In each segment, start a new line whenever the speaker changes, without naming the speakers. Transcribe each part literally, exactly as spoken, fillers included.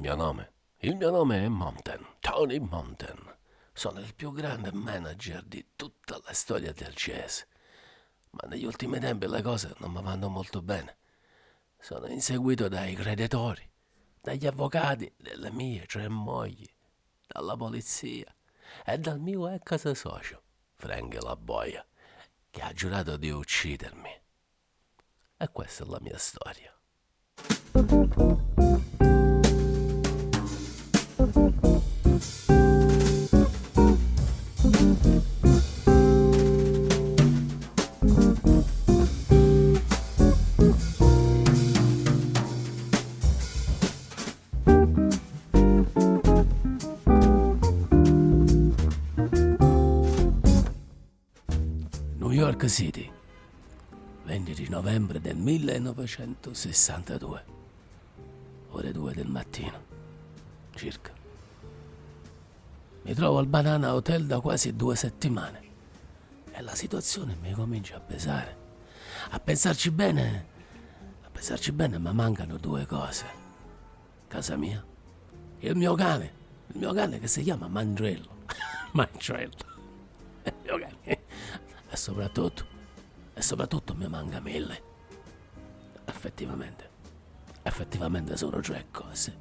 mio nome? Il mio nome è Mountain, Tony Mountain. Sono il più grande manager di tutta la storia del jazz. Ma negli ultimi tempi le cose non mi vanno molto bene. Sono inseguito dai creditori, dagli avvocati delle mie tre mogli, dalla polizia e dal mio ex socio, Frank La Boia, che ha giurato di uccidermi. E questa è la mia storia. New York City, venti di novembre del millenovecentosessantadue, ore due del mattino, circa. Mi trovo al Banana Hotel da quasi due settimane e la situazione mi comincia a pesare. A pensarci bene, a pensarci bene, mi mancano due cose. Casa mia, il mio cane, il mio cane che si chiama Mandrello, Mandrello, il mio cane. E soprattutto, e soprattutto mi manca Mille. Effettivamente, effettivamente sono tre cose.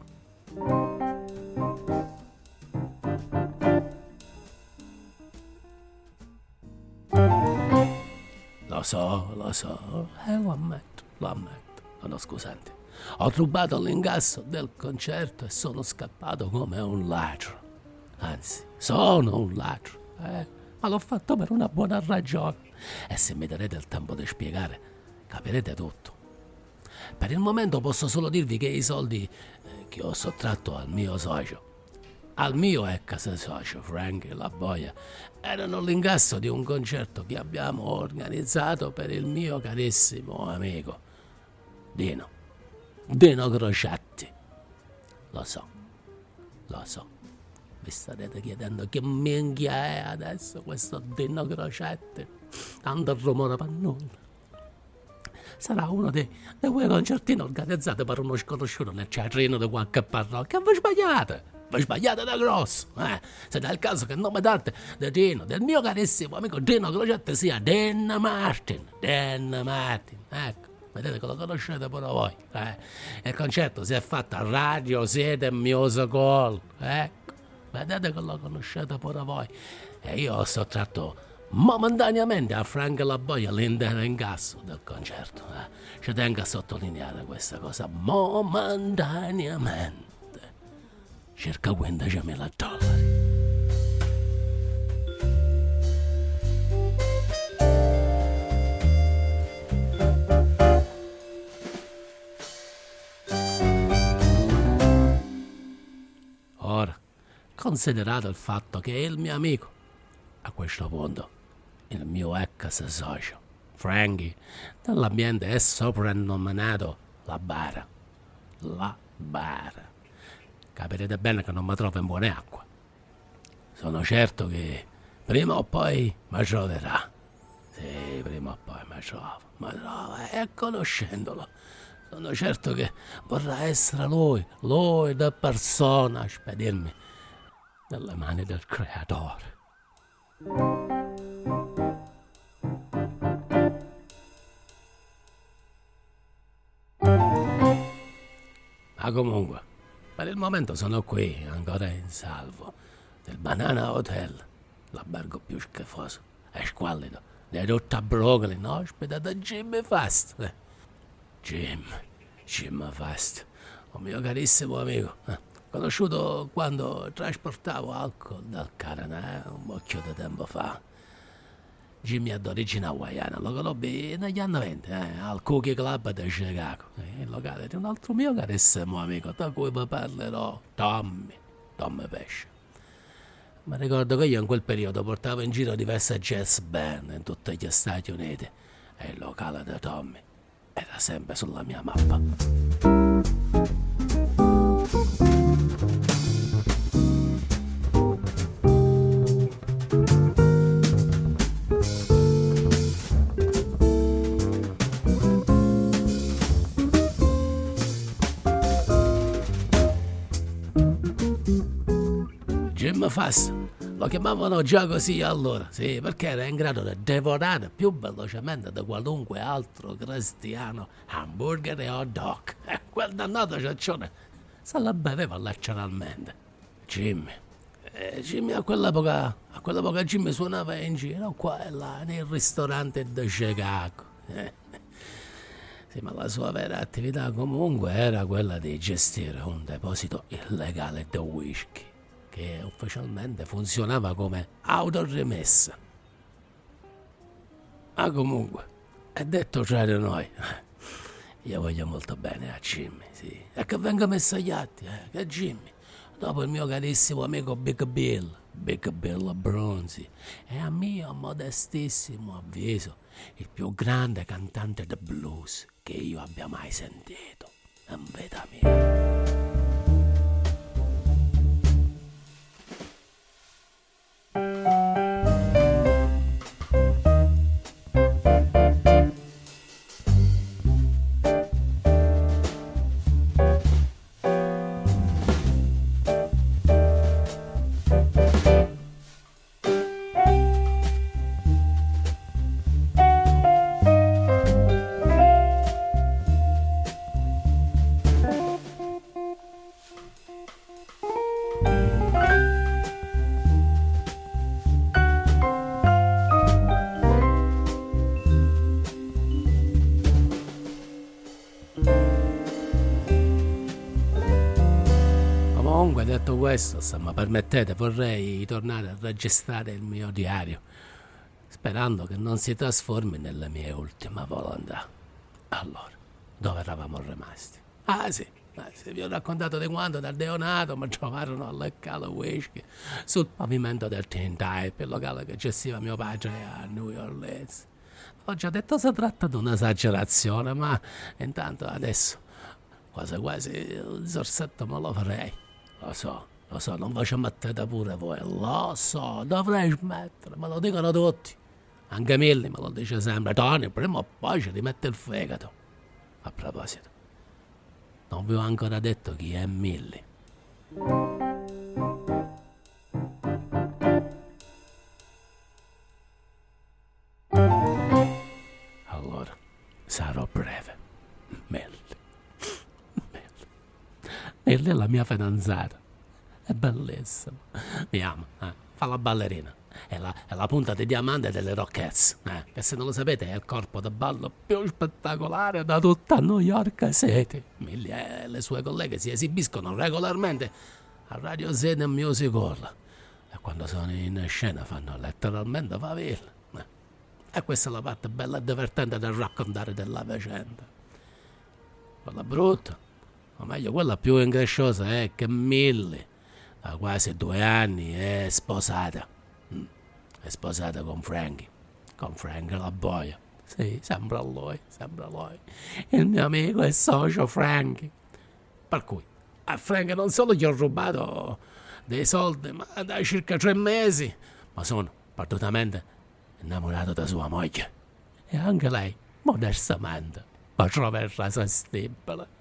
Lo so, lo so, e lo ammetto, lo ammetto, sono scusante. Ho rubato l'incasso del concerto e sono scappato come un ladro. Anzi, sono un ladro, eh? Ma l'ho fatto per una buona ragione. E se mi darete il tempo di spiegare, capirete tutto. Per il momento posso solo dirvi che i soldi eh, che ho sottratto al mio socio, al mio ex socio, Frank La Boia, erano l'incasso di un concerto che abbiamo organizzato per il mio carissimo amico Dino, Dino Crocetti. Lo so, lo so. Vi starete chiedendo che minchia è adesso questo Dino Crocetti? Tanto rumore per nulla. Sarà uno dei, dei quei concertini organizzati per uno sconosciuto nel teatrino di qualche parrocchia. Vi sbagliate, vi sbagliate da grosso. Eh? Se dà il caso che il nome d'arte di Dino, del mio carissimo amico Dino Crocetti, sia Dan Martin. Dan Martin, ecco. Vedete che lo conoscete pure voi. Eh? Il concerto si è fatto a Radio City Music Hall. Ecco. Vedete che lo conoscete pure voi. E io ho sottratto momentaneamente a Frank La Boia l'intero incasso del concerto. Eh? Ci tengo a sottolineare questa cosa. Momentaneamente. Circa quindicimila dollari. Ora, considerato il fatto che il mio amico, a questo punto, il mio ex socio, Frankie, nell'ambiente è soprannominato La Bara. La Bara. Capirete bene che non mi trovo in buone acque. Sono certo che prima o poi mi troverà. Sì, prima o poi mi trovo, mi trovo. E conoscendolo, sono certo che vorrà essere lui, lui da persona, a spedirmi nelle mani del creatore. Ma comunque, per il momento sono qui, ancora in salvo, nel Banana Hotel, l'albergo più schifoso e squallido di tutta Brooklyn, ospite da Jimmy Fast. Eh. Jim, Jim Fast, un mio carissimo amico, eh, conosciuto quando trasportavo alcol dal Canada, eh, un bocchio di tempo fa. Jimmy è d'origine hawaiana, lo conobbi negli anni venti, eh, al Cookie Club di Chicago, eh, il locale di un altro mio carissimo amico, da cui vi parlerò, Tommy, Tommy Pesce. Ma ricordo che io in quel periodo portavo in giro diverse jazz band in tutti gli Stati Uniti e il locale di Tommy era sempre sulla mia mappa. Jim Fast. Lo chiamavano già così allora, sì, perché era in grado di devorare più velocemente di qualunque altro cristiano hamburger e hot dog. Eh, quel dannato ciccione se la beveva letteralmente. Jimmy. Eh, Jimmy a quell'epoca, a quell'epoca Jimmy suonava in giro qua e là nei ristoranti di Chicago. Eh. Sì, ma la sua vera attività comunque era quella di gestire un deposito illegale di whisky, che ufficialmente funzionava come autorimessa. Ma comunque, è detto tra di noi, io voglio molto bene a Jimmy, sì, e che venga messo agli atti, eh, che Jimmy, dopo il mio carissimo amico Big Bill, Big Bill Bronzi, è a mio modestissimo avviso il più grande cantante di blues che io abbia mai sentito in vita mia. Comunque, detto questo, se mi permettete, vorrei tornare a registrare il mio diario, sperando che non si trasformi nelle mie ultime volontà. Allora, dove eravamo rimasti? Ah sì, ah, sì, vi ho raccontato di quando dal neonato mi trovarono a leccare whisky sul pavimento del Tin Type, il locale che gestiva mio padre a New Orleans. Ho già detto si tratta di un'esagerazione, ma intanto adesso quasi quasi il sorsetto me lo farei. Lo so, lo so, non vi ci mettete pure voi, lo so, dovrei smettere, me lo dicono tutti. Anche Milly me lo dice sempre, Tony, prima o poi ci rimette il fegato. A proposito, non vi ho ancora detto chi è Milly. Allora, sarò breve. Milly. Milly è la mia fidanzata. È bellissima. Mi ama, eh? Fa la ballerina. È la, è la punta di diamante delle Rockettes, eh? Che se non lo sapete è il corpo da ballo più spettacolare da tutta New York City. Milly e le sue colleghe si esibiscono regolarmente a Radio City Music Hall e quando sono in scena fanno letteralmente faville. Eh? E questa è la parte bella e divertente del raccontare della vicenda. Quella brutta, o meglio quella più incresciosa, è che Milly da quasi due anni è sposata. Mm. È sposata con Frankie, con Frank la boia. Sì, sembra lui, sembra lui. Il mio amico e socio Frankie. Per cui a Frank non solo gli ho rubato dei soldi, ma da circa tre mesi, ma sono perdutamente innamorato da sua moglie. E anche lei, modestamente, la trova irresistibile.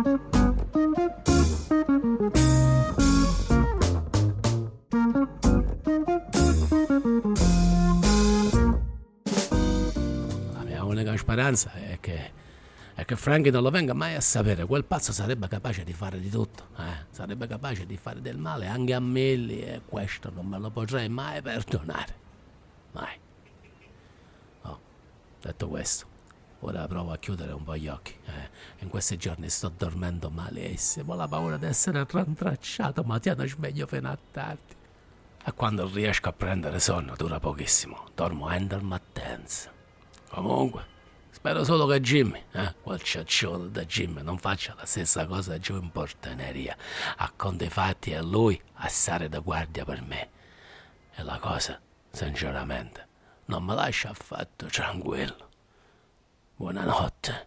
L'unica speranza è che, è che Frankie non lo venga mai a sapere. Quel pazzo sarebbe capace di fare di tutto, eh? Sarebbe capace di fare del male anche a Milly e questo non me lo potrei mai perdonare. Mai. Oh, detto questo, ora provo a chiudere un po' gli occhi. Eh? In questi giorni sto dormendo malissimo, la paura di essere rantracciato mi tiene sveglio fino a tardi. E quando riesco a prendere sonno dura pochissimo, dormo under mattenza. Comunque, spero solo che Jimmy, eh, quel ciaccione da Jimmy, non faccia la stessa cosa giù in portineria. A conti fatti è lui a stare da guardia per me. E la cosa, sinceramente, non mi lascia affatto tranquillo. Buonanotte.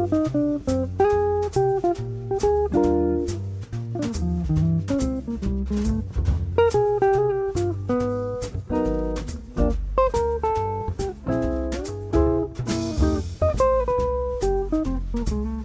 Thank you.